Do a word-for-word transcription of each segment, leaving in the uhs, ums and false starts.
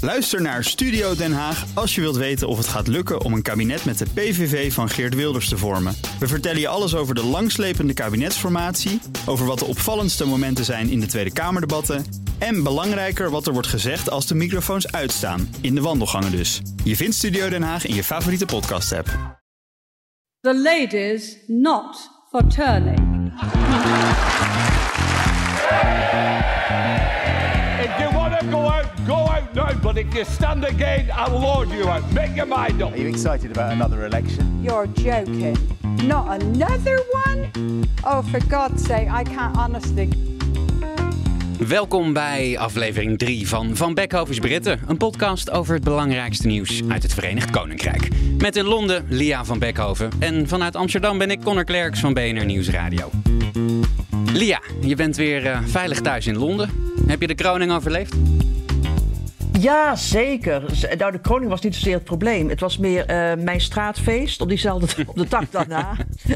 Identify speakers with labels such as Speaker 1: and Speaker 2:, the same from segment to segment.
Speaker 1: Luister naar Studio Den Haag als je wilt weten of het gaat lukken om een kabinet met de P V V van Geert Wilders te vormen. We vertellen je alles over de langslepende kabinetsformatie, over wat de opvallendste momenten zijn in de Tweede Kamerdebatten en belangrijker wat er wordt gezegd als de microfoons uitstaan, in de wandelgangen dus. Je vindt Studio Den Haag in je favoriete podcast-app.
Speaker 2: The ladies not for turning.
Speaker 3: If you want to go out, go out now. But if you stand again, I will order you out. Make your mind up.
Speaker 4: Are you excited about another election?
Speaker 5: You're joking. Not another one? Oh, for God's sake, I can't honestly...
Speaker 6: Welkom bij aflevering drie van Van Beckhovens Britten. Een podcast over het belangrijkste nieuws uit het Verenigd Koninkrijk. Met in Londen Lia van Beckhoven. En vanuit Amsterdam ben ik Connor Klerks van B N R Nieuwsradio. Lia, je bent weer uh, veilig thuis in Londen. Heb je de kroning overleefd?
Speaker 7: Ja, zeker. Nou, de kroning was niet zozeer het probleem. Het was meer uh, mijn straatfeest op diezelfde op de dag daarna.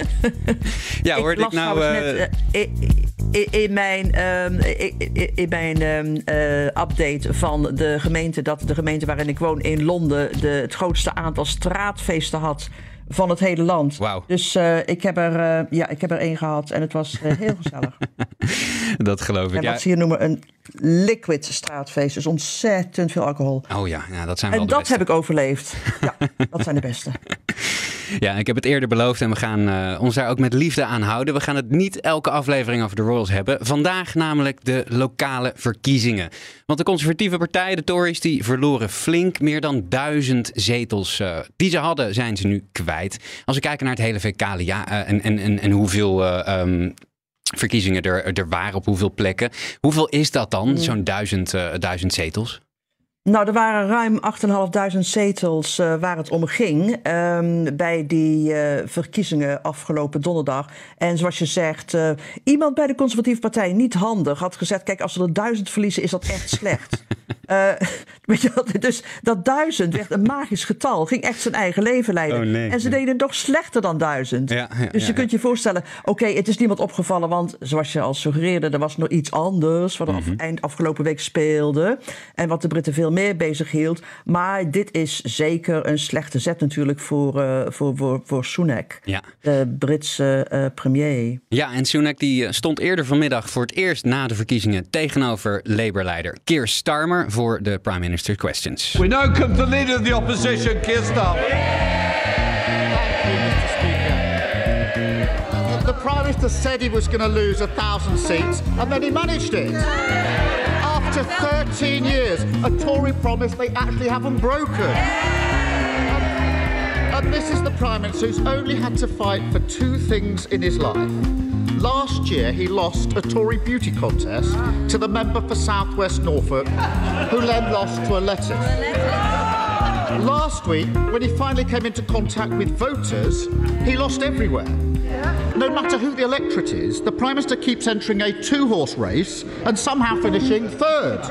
Speaker 6: Ja, hoorde ik, ik nou... Uh... Net, uh,
Speaker 7: in, in mijn, um, in, in mijn um, uh, update van de gemeente, dat de gemeente waarin ik woon in Londen de, het grootste aantal straatfeesten had van het hele land.
Speaker 6: Wauw.
Speaker 7: Dus uh, ik heb er uh, ja, ik heb er één gehad en het was uh, heel gezellig.
Speaker 6: Dat geloof ik.
Speaker 7: En wat
Speaker 6: ja.
Speaker 7: ze hier noemen een liquid straatfeest. Dus ontzettend veel alcohol.
Speaker 6: Oh ja, ja dat zijn wel
Speaker 7: en
Speaker 6: de
Speaker 7: dat
Speaker 6: beste.
Speaker 7: heb ik overleefd. Ja, dat zijn de beste.
Speaker 6: Ja, ik heb het eerder beloofd en we gaan uh, ons daar ook met liefde aan houden. We gaan het niet elke aflevering over de Royals hebben. Vandaag namelijk de lokale verkiezingen. Want de conservatieve partij, de Tories, die verloren flink. Meer dan duizend zetels uh, die ze hadden, zijn ze nu kwijt. Als we kijken naar het hele V K ja, uh, en, en, en, en hoeveel... Uh, um, verkiezingen er, er waren op hoeveel plekken. Hoeveel is dat dan, zo'n duizend, uh, duizend zetels?
Speaker 7: Nou, er waren ruim acht duizend vijfhonderd zetels uh, waar het om ging um, bij die uh, verkiezingen afgelopen donderdag. En zoals je zegt, uh, iemand bij de conservatieve partij, niet handig, had gezegd, kijk, als we er duizend verliezen, is dat echt slecht. uh, weet je, dus dat duizend werd een magisch getal, ging echt zijn eigen leven leiden.
Speaker 6: Oh, nee,
Speaker 7: en ze
Speaker 6: nee.
Speaker 7: deden nog slechter dan duizend.
Speaker 6: Ja, ja,
Speaker 7: dus je
Speaker 6: ja,
Speaker 7: kunt
Speaker 6: ja.
Speaker 7: je voorstellen, oké, okay, het is niemand opgevallen, want zoals je al suggereerde, er was nog iets anders wat er mm-hmm. af, eind afgelopen week speelde. En wat de Britten veel meer bezig hield. Maar dit is zeker een slechte zet natuurlijk voor, uh, voor, voor, voor Sunak,
Speaker 6: ja.
Speaker 7: de Britse uh, premier.
Speaker 6: Ja, en Sunak die stond eerder vanmiddag voor het eerst na de verkiezingen tegenover Labour-leider Keir Starmer voor de Prime Minister's Questions.
Speaker 3: We now come to leader of the opposition, Keir Starmer.
Speaker 8: Thank you, Mister Speaker. The Prime Minister said he was going to lose a thousand seats, and then he managed it. After thirteen years, a Tory promise they actually haven't broken. And, and this is the Prime Minister who's only had to fight for two things in his life. Last year, he lost a Tory beauty contest to the member for South West Norfolk, who then lost to a lettuce. Last week, when he finally came into contact with voters, he lost everywhere. No matter who the electorate is, the Prime Minister keeps entering a two-horse race and somehow finishing third.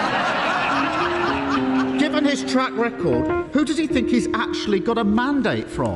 Speaker 8: Given his track record, who does he think he's actually got a mandate from?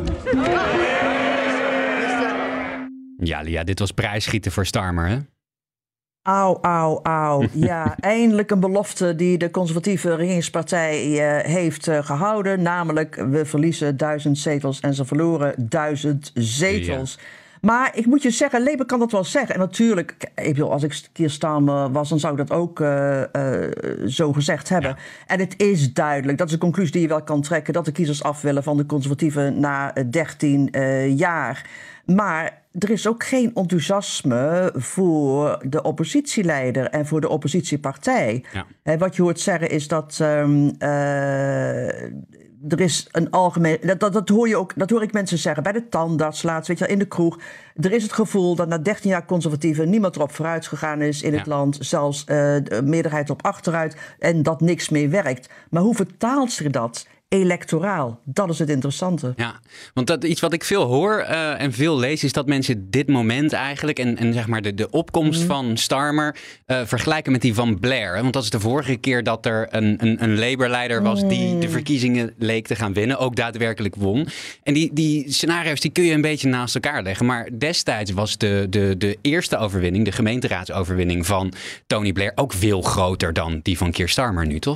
Speaker 6: Ja, Lia, dit was prijsschieten voor Starmer, hè?
Speaker 7: Auw, auw, auw. Ja, eindelijk een belofte die de conservatieve regeringspartij uh, heeft uh, gehouden. Namelijk, we verliezen duizend zetels en ze verloren duizend zetels. Ja. Maar ik moet je zeggen, Labour kan dat wel zeggen. En natuurlijk, ik bedoel, als ik Keir Starmer was, dan zou ik dat ook uh, uh, zo gezegd hebben. Ja. En het is duidelijk, dat is een conclusie die je wel kan trekken, dat de kiezers af willen van de conservatieven na dertien uh, jaar. Maar er is ook geen enthousiasme voor de oppositieleider en voor de oppositiepartij. Ja. He, wat je hoort zeggen is dat um, uh, er is een algemeen... Dat, dat, dat, hoor je ook, dat hoor ik mensen zeggen bij de tandarts laatst, weet je, in de kroeg. Er is het gevoel dat na dertien jaar conservatieven niemand erop vooruit gegaan is in ja. het land. Zelfs uh, de meerderheid op achteruit en dat niks meer werkt. Maar hoe vertaalt zich dat electoraal? Dat is het interessante.
Speaker 6: Ja, want dat, iets wat ik veel hoor uh, en veel lees is dat mensen dit moment eigenlijk en, en zeg maar de, de opkomst mm. van Starmer uh, vergelijken met die van Blair. Want dat is de vorige keer dat er een, een, een Labour-leider was die de verkiezingen leek te gaan winnen, ook daadwerkelijk won. En die, die scenario's die kun je een beetje naast elkaar leggen. Maar destijds was de, de, de eerste overwinning, de gemeenteraadsoverwinning van Tony Blair ook veel groter dan die van Keir Starmer nu, toch?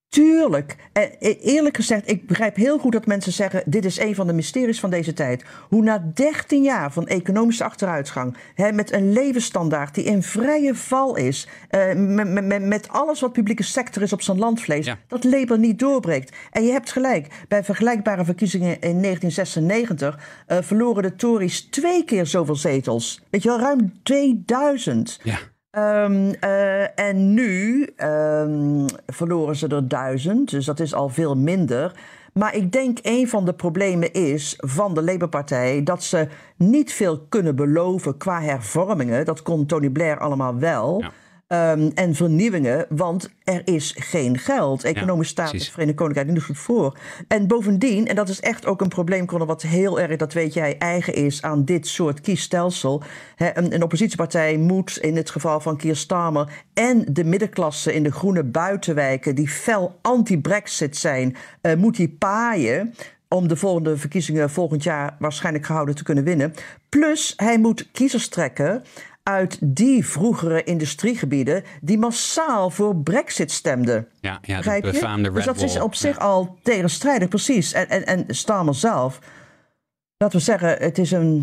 Speaker 7: Tuurlijk. En eerlijk gezegd, ik begrijp heel goed dat mensen zeggen... dit is een van de mysteries van deze tijd. Hoe na dertien jaar van economische achteruitgang... Hè, met een levensstandaard die in vrije val is... Uh, met, met, met alles wat publieke sector is op zijn landvlees... Ja. dat Labour niet doorbreekt. En je hebt gelijk. Bij vergelijkbare verkiezingen in negentien zesennegentig... Uh, verloren de Tories twee keer zoveel zetels. Weet je wel, ruim tweeduizend.
Speaker 6: Ja.
Speaker 7: Um, uh, en nu um, verloren ze er duizend, dus dat is al veel minder. Maar ik denk een van de problemen is van de Labour-partij... dat ze niet veel kunnen beloven qua hervormingen. Dat kon Tony Blair allemaal wel. Ja. Um, en vernieuwingen, want er is geen geld. Economisch ja, staat het Verenigd Koninkrijk niet goed voor. En bovendien, en dat is echt ook een probleem... wat heel erg, dat weet jij, eigen is aan dit soort kiesstelsel. He, een, een oppositiepartij moet in het geval van Keir Starmer... en de middenklasse in de groene buitenwijken... die fel anti-Brexit zijn, uh, moet die paaien... om de volgende verkiezingen volgend jaar waarschijnlijk gehouden te kunnen winnen. Plus, hij moet kiezers trekken... uit die vroegere industriegebieden die massaal voor Brexit stemden.
Speaker 6: Ja, ja de befaamde Red
Speaker 7: Dus dat
Speaker 6: Wall.
Speaker 7: is op zich
Speaker 6: ja.
Speaker 7: al tegenstrijdig, precies. En, en, en Starmer zelf, laten we zeggen, het is een,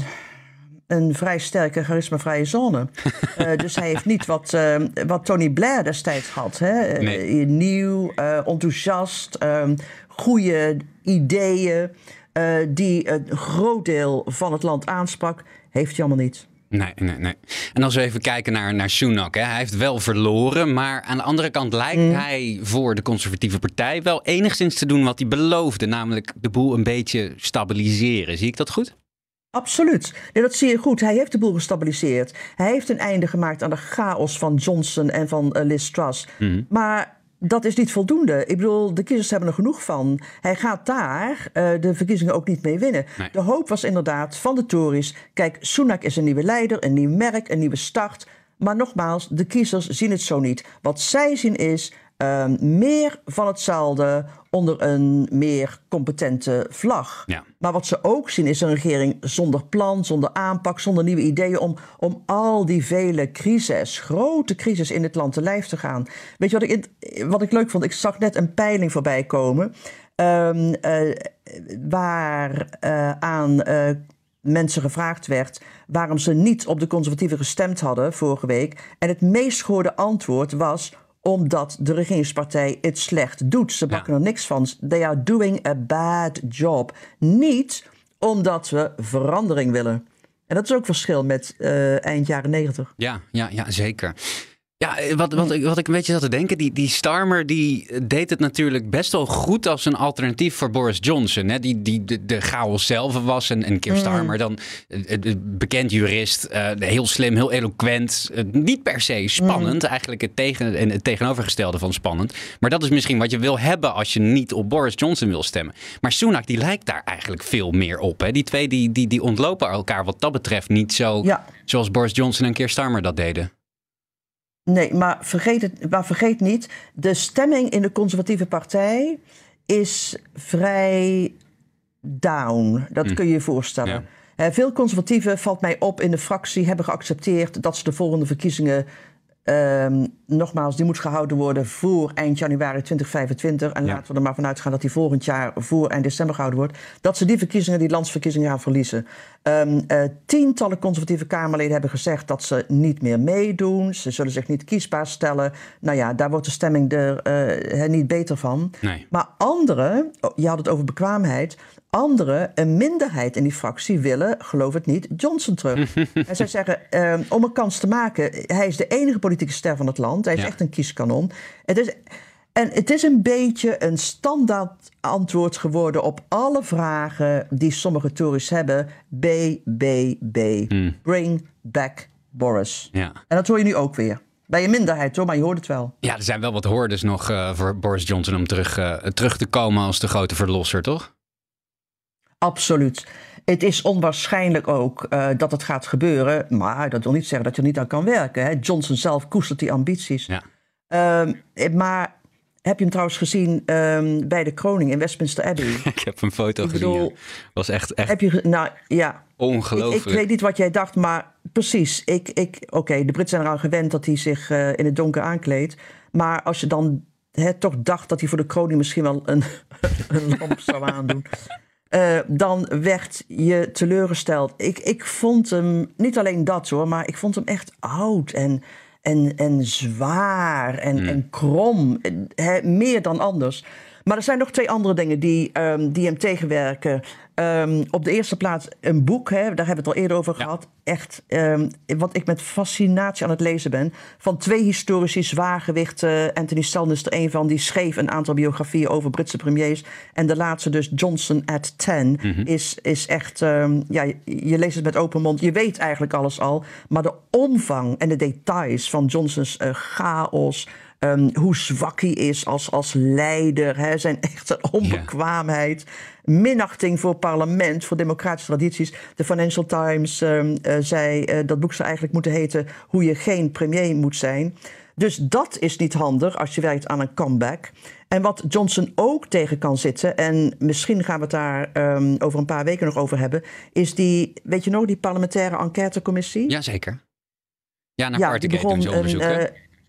Speaker 7: een vrij sterke charismavrije zone. uh, dus hij heeft niet wat, uh, wat Tony Blair destijds had. Hè? Nee. Uh, nieuw, uh, enthousiast, uh, goede ideeën... Uh, die een groot deel van het land aansprak, heeft hij allemaal niet.
Speaker 6: Nee, nee, nee. En als we even kijken naar, naar Sunak. Hè. Hij heeft wel verloren, maar aan de andere kant lijkt mm. hij voor de conservatieve partij wel enigszins te doen wat hij beloofde. Namelijk de boel een beetje stabiliseren. Zie ik dat goed?
Speaker 7: Absoluut. Nee, dat zie je goed. Hij heeft de boel gestabiliseerd. Hij heeft een einde gemaakt aan de chaos van Johnson en van uh, Liz Truss. Mm. Maar... dat is niet voldoende. Ik bedoel, de kiezers hebben er genoeg van. Hij gaat daar uh, de verkiezingen ook niet mee winnen. Nee. De hoop was inderdaad van de Tories... kijk, Sunak is een nieuwe leider, een nieuw merk, een nieuwe start. Maar nogmaals, de kiezers zien het zo niet. Wat zij zien is uh, meer van hetzelfde... onder een meer competente vlag. Ja. Maar wat ze ook zien is een regering zonder plan, zonder aanpak... zonder nieuwe ideeën om, om al die vele crises, grote crises in het land te lijf te gaan. Weet je wat ik, wat ik leuk vond? Ik zag net een peiling voorbij komen... Um, uh, waar uh, aan uh, mensen gevraagd werd... waarom ze niet op de conservatieven gestemd hadden vorige week. En het meest gehoorde antwoord was... omdat de regeringspartij het slecht doet. Ze bakken ja. er niks van. They are doing a bad job. Niet omdat we verandering willen. En dat is ook verschil met uh, eind jaren negentig.
Speaker 6: Ja, ja, ja, zeker. Ja, wat, wat, wat ik een beetje zat te denken, die, die Starmer die deed het natuurlijk best wel goed als een alternatief voor Boris Johnson. Hè? Die, die de, de chaos zelf was en, en Keir Starmer dan uh, bekend jurist, uh, heel slim, heel eloquent, uh, niet per se spannend, mm. eigenlijk het, tegen, het tegenovergestelde van spannend. Maar dat is misschien wat je wil hebben als je niet op Boris Johnson wil stemmen. Maar Sunak die lijkt daar eigenlijk veel meer op. Hè? Die twee die, die, die ontlopen elkaar wat dat betreft niet zo ja. zoals Boris Johnson en Keir Starmer dat deden.
Speaker 7: Nee, maar vergeet, het, maar vergeet niet, de stemming in de conservatieve partij is vrij down. Dat hm. kun je je voorstellen. Ja. Uh, veel conservatieven, valt mij op, in de fractie hebben geaccepteerd dat ze de volgende verkiezingen, um, nogmaals, die moet gehouden worden voor eind januari twintig vijfentwintig. En ja. laten we er maar vanuit gaan dat die volgend jaar voor eind december gehouden wordt. Dat ze die verkiezingen, die landsverkiezingen gaan verliezen. Um, uh, tientallen conservatieve Kamerleden hebben gezegd dat ze niet meer meedoen. Ze zullen zich niet kiesbaar stellen. Nou ja, daar wordt de stemming er uh, niet beter van. Nee. Maar anderen, je had het over bekwaamheid, anderen, een minderheid in die fractie willen, geloof het niet, Johnson terug. En zij zeggen, um, om een kans te maken, hij is de enige politieke ster van het land. Hij is ja. echt een kieskanon. Het is, en het is een beetje een standaard antwoord geworden op alle vragen die sommige Tories hebben. B, B, B. Hmm. Bring back Boris. Ja. En dat hoor je nu ook weer. Bij een minderheid hoor, maar je hoort het wel.
Speaker 6: Ja, er zijn wel wat hordes nog uh, voor Boris Johnson om terug, uh, terug te komen als de grote verlosser, toch?
Speaker 7: Absoluut. Het is onwaarschijnlijk ook uh, dat het gaat gebeuren. Maar dat wil niet zeggen dat je er niet aan kan werken. Hè? Johnson zelf koestert die ambities. Ja. Um, maar heb je hem trouwens gezien um, bij de kroning in Westminster Abbey?
Speaker 6: Ik heb een foto ik gezien. Bedoel, ja. Was echt, echt
Speaker 7: heb je, nou, ja.
Speaker 6: ongelooflijk.
Speaker 7: Ik, ik weet niet wat jij dacht, maar precies. Ik, ik, Oké, okay, de Britten zijn eraan gewend dat hij zich uh, in het donker aankleedt. Maar als je dan he, toch dacht dat hij voor de kroning misschien wel een, een lamp zou aandoen. Uh, dan werd je teleurgesteld. Ik, ik vond hem, niet alleen dat hoor, maar ik vond hem echt oud en, en, en zwaar en, mm. en krom. He, meer dan anders. Maar er zijn nog twee andere dingen die, um, die hem tegenwerken. Um, op de eerste plaats een boek, hè, daar hebben we het al eerder over ja. gehad. Echt, um, wat ik met fascinatie aan het lezen ben. Van twee historici, zwaargewicht. Uh, Anthony Selden is er een van. Die schreef een aantal biografieën over Britse premiers. En de laatste dus, Johnson at ten, mm-hmm. is, is echt... Um, ja, je, je leest het met open mond. Je weet eigenlijk alles al. Maar de omvang en de details van Johnsons uh, chaos... Um, hoe zwak hij is als, als leider, hè, zijn echte onbekwaamheid, yeah. minachting voor parlement, voor democratische tradities. De Financial Times um, uh, zei uh, dat boek zou eigenlijk moeten heten Hoe je geen premier moet zijn. Dus dat is niet handig als je werkt aan een comeback. En wat Johnson ook tegen kan zitten, en misschien gaan we het daar um, over een paar weken nog over hebben, is die, weet je nog, die parlementaire enquêtecommissie?
Speaker 6: Jazeker. Ja, naar ja, Partygate doen ze onderzoek, een, uh,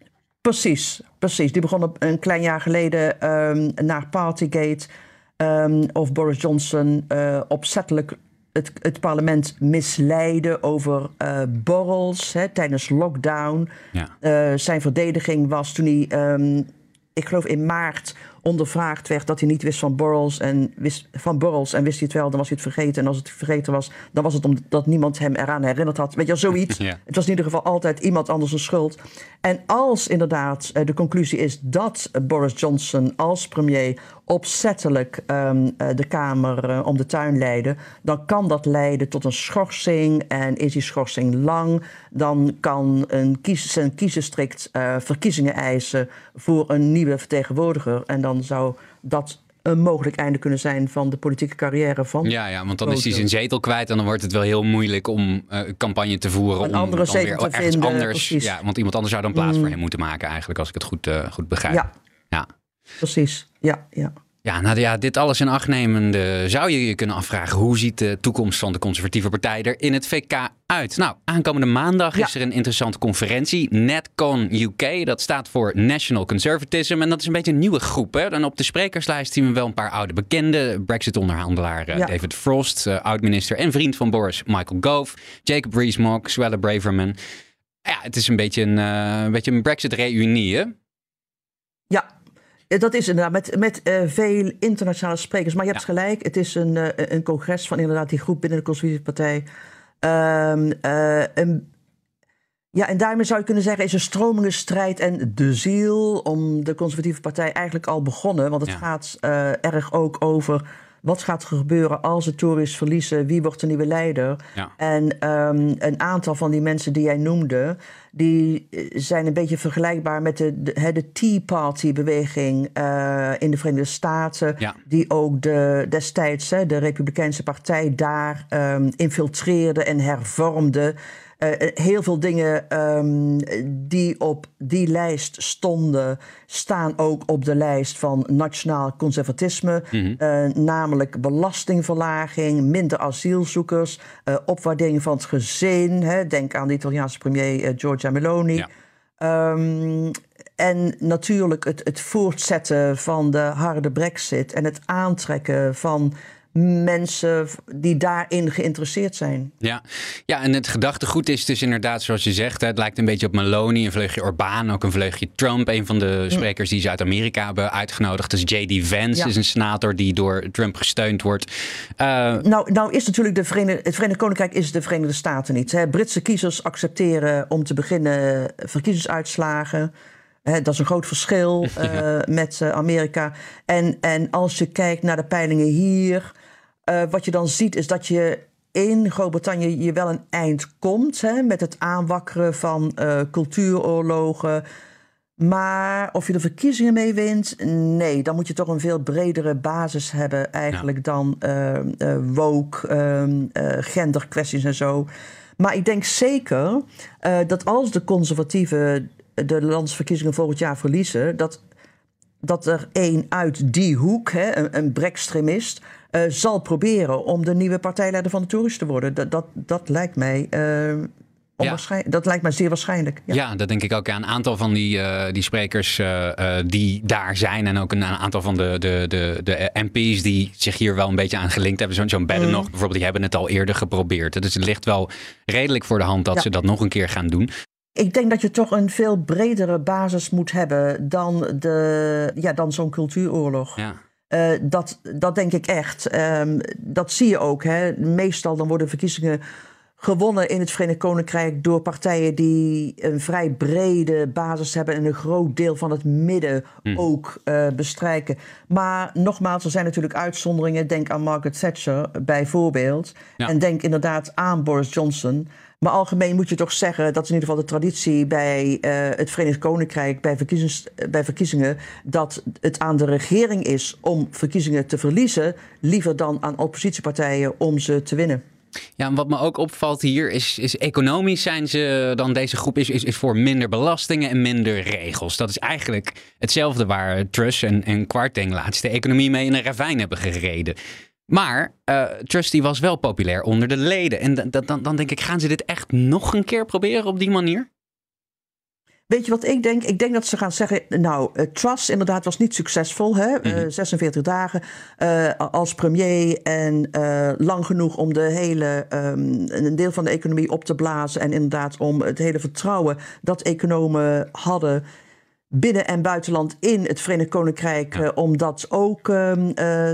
Speaker 7: Precies, precies. Die begon een klein jaar geleden um, naar Partygate um, of Boris Johnson uh, opzettelijk het, het parlement misleiden over uh, borrels hè, tijdens lockdown. Ja. Uh, zijn verdediging was toen hij, um, ik geloof in maart, ondervraagd werd dat hij niet wist van borrels en wist van borrels en wist hij het wel, dan was hij het vergeten. En als het vergeten was, dan was het omdat niemand hem eraan herinnerd had. Weet je wel, zoiets. Ja. Het was in ieder geval altijd iemand anders een schuld. En als inderdaad uh, de conclusie is dat uh, Boris Johnson als premier opzettelijk um, uh, de Kamer uh, om de tuin leidde, dan kan dat leiden tot een schorsing. En is die schorsing lang, dan kan een kies, zijn kiesdistrict uh, verkiezingen eisen voor een nieuwe vertegenwoordiger. En dan zou dat een mogelijk einde kunnen zijn van de politieke carrière van...
Speaker 6: Ja, ja, want dan is hij zijn zetel kwijt en dan wordt het wel heel moeilijk om uh, campagne te voeren.
Speaker 7: Een
Speaker 6: om
Speaker 7: andere
Speaker 6: dan weer
Speaker 7: zetel te
Speaker 6: ergens
Speaker 7: vinden,
Speaker 6: anders.
Speaker 7: precies.
Speaker 6: Ja, want iemand anders zou dan plaats mm. voor hem moeten maken eigenlijk, als ik het goed, uh, goed begrijp.
Speaker 7: Ja,
Speaker 6: ja.
Speaker 7: precies. Ja, ja.
Speaker 6: Ja, nou ja, dit alles in acht nemende zou je je kunnen afvragen, hoe ziet de toekomst van de conservatieve partij er in het V K uit? Nou, aankomende maandag ja. is er een interessante conferentie, NatCon U K. Dat staat voor National Conservatism en dat is een beetje een nieuwe groep. Hè? En op de sprekerslijst zien we wel een paar oude bekenden. Brexit-onderhandelaar uh, ja. David Frost, uh, oud-minister en vriend van Boris, Michael Gove, Jacob Rees-Mogg, Suella Braverman. Ja, het is een beetje een, uh, een, beetje een Brexit-reunie, hè?
Speaker 7: Ja. Dat is inderdaad met, met uh, veel internationale sprekers. Maar je hebt ja. gelijk, het is een, uh, een congres van inderdaad die groep binnen de Conservatieve Partij. Um, uh, een, ja, en daarmee zou je kunnen zeggen, is een stromingenstrijd en de ziel om de Conservatieve Partij eigenlijk al begonnen. Want het ja. gaat uh, erg ook over wat gaat er gebeuren als de Tories verliezen, wie wordt de nieuwe leider. Ja. En um, een aantal van die mensen die jij noemde, die zijn een beetje vergelijkbaar met de, de, de Tea Party-beweging uh, in de Verenigde Staten. Ja. Die ook de, destijds hè, de Republikeinse Partij daar um, infiltreerde en hervormde. Uh, heel veel dingen um, die op die lijst stonden, staan ook op de lijst van nationaal conservatisme. Mm-hmm. Uh, namelijk belastingverlaging, minder asielzoekers, uh, opwaardering van het gezin. Hè, denk aan de Italiaanse premier uh, Giorgia Meloni. Ja. Um, en natuurlijk het, het voortzetten van de harde brexit en het aantrekken van mensen die daarin geïnteresseerd zijn.
Speaker 6: Ja, ja, en het gedachtegoed is dus inderdaad, zoals je zegt, het lijkt een beetje op Meloni, een vleugje Orbán, ook een vleugje Trump. Een van de sprekers die ze uit Amerika hebben uitgenodigd is J D Vance, ja. is een senator die door Trump gesteund wordt. Uh,
Speaker 7: nou, nou is natuurlijk de Verenigde, het Verenigd Koninkrijk is de Verenigde Staten niet. Hè. Britse kiezers accepteren om te beginnen verkiezingsuitslagen. He, dat is een groot verschil uh, ja. met uh, Amerika. En, en als je kijkt naar de peilingen hier, Uh, wat je dan ziet is dat je in Groot-Brittannië je wel een eind komt, hè, met het aanwakkeren van uh, cultuuroorlogen. Maar of je de verkiezingen mee wint, nee, dan moet je toch een veel bredere basis hebben eigenlijk ja. dan uh, uh, woke, uh, uh, genderkwesties en zo. Maar ik denk zeker uh, dat als de conservatieven de landsverkiezingen volgend jaar verliezen, dat, dat er één uit die hoek, hè, een, een brextremist, Uh, zal proberen om de nieuwe partijleider van de Tories te worden. Dat, dat, dat lijkt mij uh, Onwaarschijnlijk. Ja. Dat lijkt mij zeer waarschijnlijk.
Speaker 6: Ja, ja dat denk ik ook. Ja, een aantal van die, uh, die sprekers uh, uh, die daar zijn en ook een, een aantal van de, de, de, de M P's die zich hier wel een beetje aan gelinkt hebben. Zo'n, zo'n Badenoch mm. bijvoorbeeld, die hebben het al eerder geprobeerd. Dus het ligt wel redelijk voor de hand dat ja. ze dat nog een keer gaan doen.
Speaker 7: Ik denk dat je toch een veel bredere basis moet hebben dan, de, ja, dan zo'n cultuuroorlog. Ja. Uh, dat, dat denk ik echt. Um, dat zie je ook. Hè. Meestal dan worden verkiezingen gewonnen in het Verenigd Koninkrijk door partijen die een vrij brede basis hebben en een groot deel van het midden mm. ook uh, bestrijken. Maar nogmaals, er zijn natuurlijk uitzonderingen. Denk aan Margaret Thatcher bijvoorbeeld. Ja. En denk inderdaad aan Boris Johnson. Maar algemeen moet je toch zeggen, dat is in ieder geval de traditie bij uh, het Verenigd Koninkrijk, bij, verkiezings, bij verkiezingen, dat het aan de regering is om verkiezingen te verliezen, liever dan aan oppositiepartijen om ze te winnen.
Speaker 6: Ja, en wat me ook opvalt hier is, is economisch zijn ze dan, deze groep is, is, is voor minder belastingen en minder regels. Dat is eigenlijk hetzelfde waar Truss en, en Kwarteng laatst de economie mee in een ravijn hebben gereden. Maar uh, Truss die was wel populair onder de leden. En d- d- dan, dan denk ik, gaan ze dit echt nog een keer proberen op die manier?
Speaker 7: Weet je wat ik denk? Ik denk dat ze gaan zeggen, nou, uh, Truss inderdaad was niet succesvol. Hè? Mm-hmm. Uh, zesenveertig dagen uh, als premier en uh, lang genoeg om de hele, um, een deel van de economie op te blazen. En inderdaad om het hele vertrouwen dat economen hadden binnen- en buitenland in het Verenigd Koninkrijk, ja. uh, om dat ook um, uh,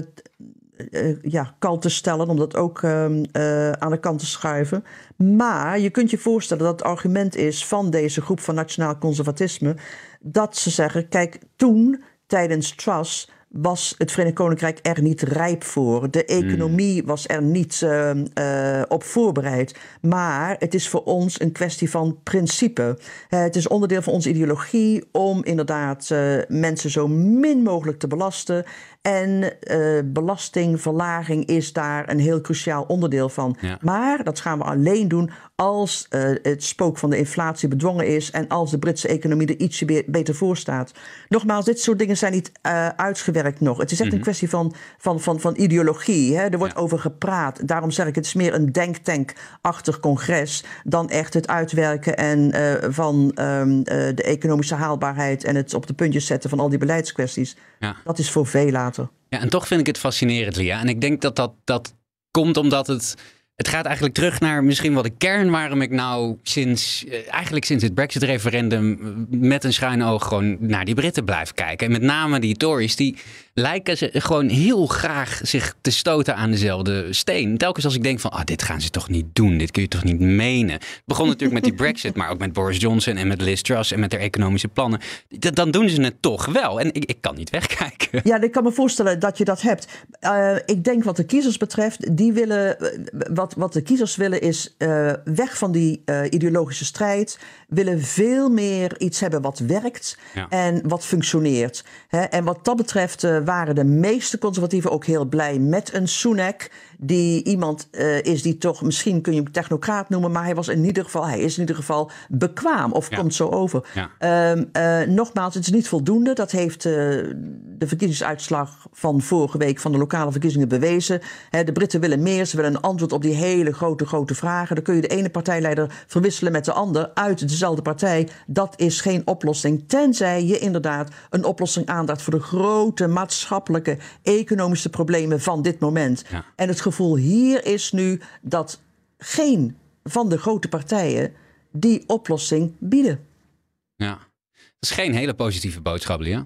Speaker 7: Uh, ja, kant te stellen, om dat ook uh, uh, aan de kant te schuiven. Maar je kunt je voorstellen dat het argument is van deze groep van nationaal conservatisme, dat ze zeggen, kijk, toen, tijdens Truss, was het Verenigd Koninkrijk er niet rijp voor. De economie mm. was er niet uh, uh, op voorbereid. Maar het is voor ons een kwestie van principe. Uh, het is onderdeel van onze ideologie om inderdaad uh, mensen zo min mogelijk te belasten. En uh, belastingverlaging is daar een heel cruciaal onderdeel van. Ja. Maar dat gaan we alleen doen als uh, het spook van de inflatie bedwongen is en als de Britse economie er ietsje be- beter voor staat. Nogmaals, dit soort dingen zijn niet uh, uitgewerkt nog. Het is echt mm-hmm. een kwestie van, van, van, van ideologie. Hè? Er wordt ja. over gepraat. Daarom zeg ik, het is meer een denktank-achtig congres dan echt het uitwerken en, uh, van um, uh, de economische haalbaarheid en het op de puntjes zetten van al die beleidskwesties. Ja. Dat is voor veel later.
Speaker 6: Ja, en toch vind ik het fascinerend, Lia. En ik denk dat dat, dat komt omdat het... Het gaat eigenlijk terug naar misschien wel de kern waarom ik nou sinds, eigenlijk sinds het Brexit-referendum met een schuin oog gewoon naar die Britten blijf kijken. En met name die Tories, die lijken ze gewoon heel graag zich te stoten aan dezelfde steen. Telkens als ik denk van, ah, dit gaan ze toch niet doen, dit kun je toch niet menen. Het begon natuurlijk met die Brexit, maar ook met Boris Johnson en met Liz Truss en met haar economische plannen. D- dan doen ze het toch wel. En ik, ik kan niet wegkijken.
Speaker 7: Ja, ik kan me voorstellen dat je dat hebt. Uh, ik denk wat de kiezers betreft, die willen... Wat, wat de kiezers willen is uh, weg van die uh, ideologische strijd. Willen veel meer iets hebben wat werkt ja. en wat functioneert. Hè? En wat dat betreft uh, waren de meeste conservatieven ook heel blij met een Sunak. Die iemand uh, is die toch, misschien kun je hem technocraat noemen, maar hij was in ieder geval, hij is in ieder geval bekwaam of ja. komt zo over. Ja. Um, uh, nogmaals, het is niet voldoende. Dat heeft uh, de verkiezingsuitslag van vorige week van de lokale verkiezingen bewezen. He, de Britten willen meer, ze willen een antwoord op die hele grote, grote vragen. Dan kun je de ene partijleider verwisselen met de ander uit dezelfde partij. Dat is geen oplossing, tenzij je inderdaad een oplossing aandaagt voor de grote maatschappelijke, economische problemen van dit moment. Ja. En het gevoel hier is nu dat geen van de grote partijen die oplossing bieden.
Speaker 6: Ja, dat is geen hele positieve boodschap, Lia.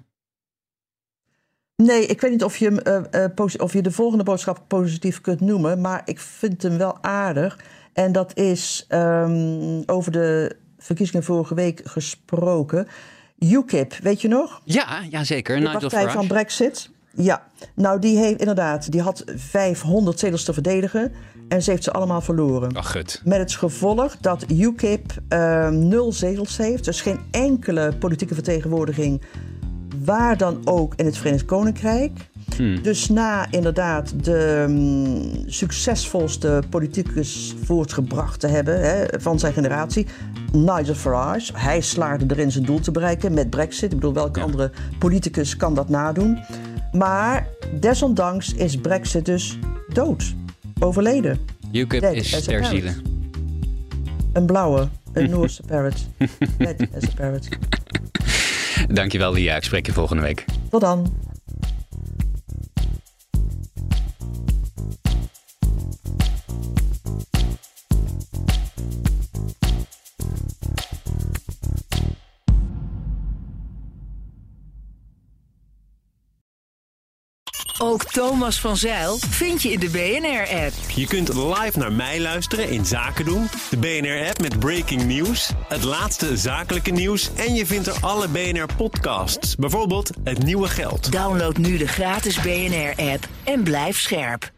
Speaker 7: Nee, ik weet niet of je, uh, uh, posi- of je de volgende boodschap positief kunt noemen, maar ik vind hem wel aardig. En dat is um, over de verkiezingen vorige week gesproken. U K I P, weet je nog?
Speaker 6: Ja, ja zeker.
Speaker 7: De
Speaker 6: Nigel
Speaker 7: partij
Speaker 6: Farage.
Speaker 7: van Brexit. Ja, nou die heeft inderdaad, die had vijfhonderd zetels te verdedigen en ze heeft ze allemaal verloren.
Speaker 6: Ach, goed.
Speaker 7: Met het gevolg dat U K I P uh, nul zetels heeft, dus geen enkele politieke vertegenwoordiging, waar dan ook in het Verenigd Koninkrijk. Hmm. Dus na inderdaad de um, succesvolste politicus voortgebracht te hebben hè, van zijn generatie, Nigel Farage. Hij slaagde erin zijn doel te bereiken met Brexit. Ik bedoel, welke ja. andere politicus kan dat nadoen? Maar desondanks is Brexit dus dood. Overleden.
Speaker 6: U K I P Dead, is ter ziele.
Speaker 7: Een blauwe. Een Noorse parrot. Net als een parrot.
Speaker 6: Dankjewel, Lia. Ik spreek je volgende week.
Speaker 7: Tot dan.
Speaker 9: Ook Thomas van Zijl vind je in de B N R-app.
Speaker 10: Je kunt live naar mij luisteren in Zaken doen, de B N R-app met breaking news, het laatste zakelijke nieuws en je vindt er alle B N R-podcasts, bijvoorbeeld Het Nieuwe Geld.
Speaker 9: Download nu de gratis B N R-app en blijf scherp.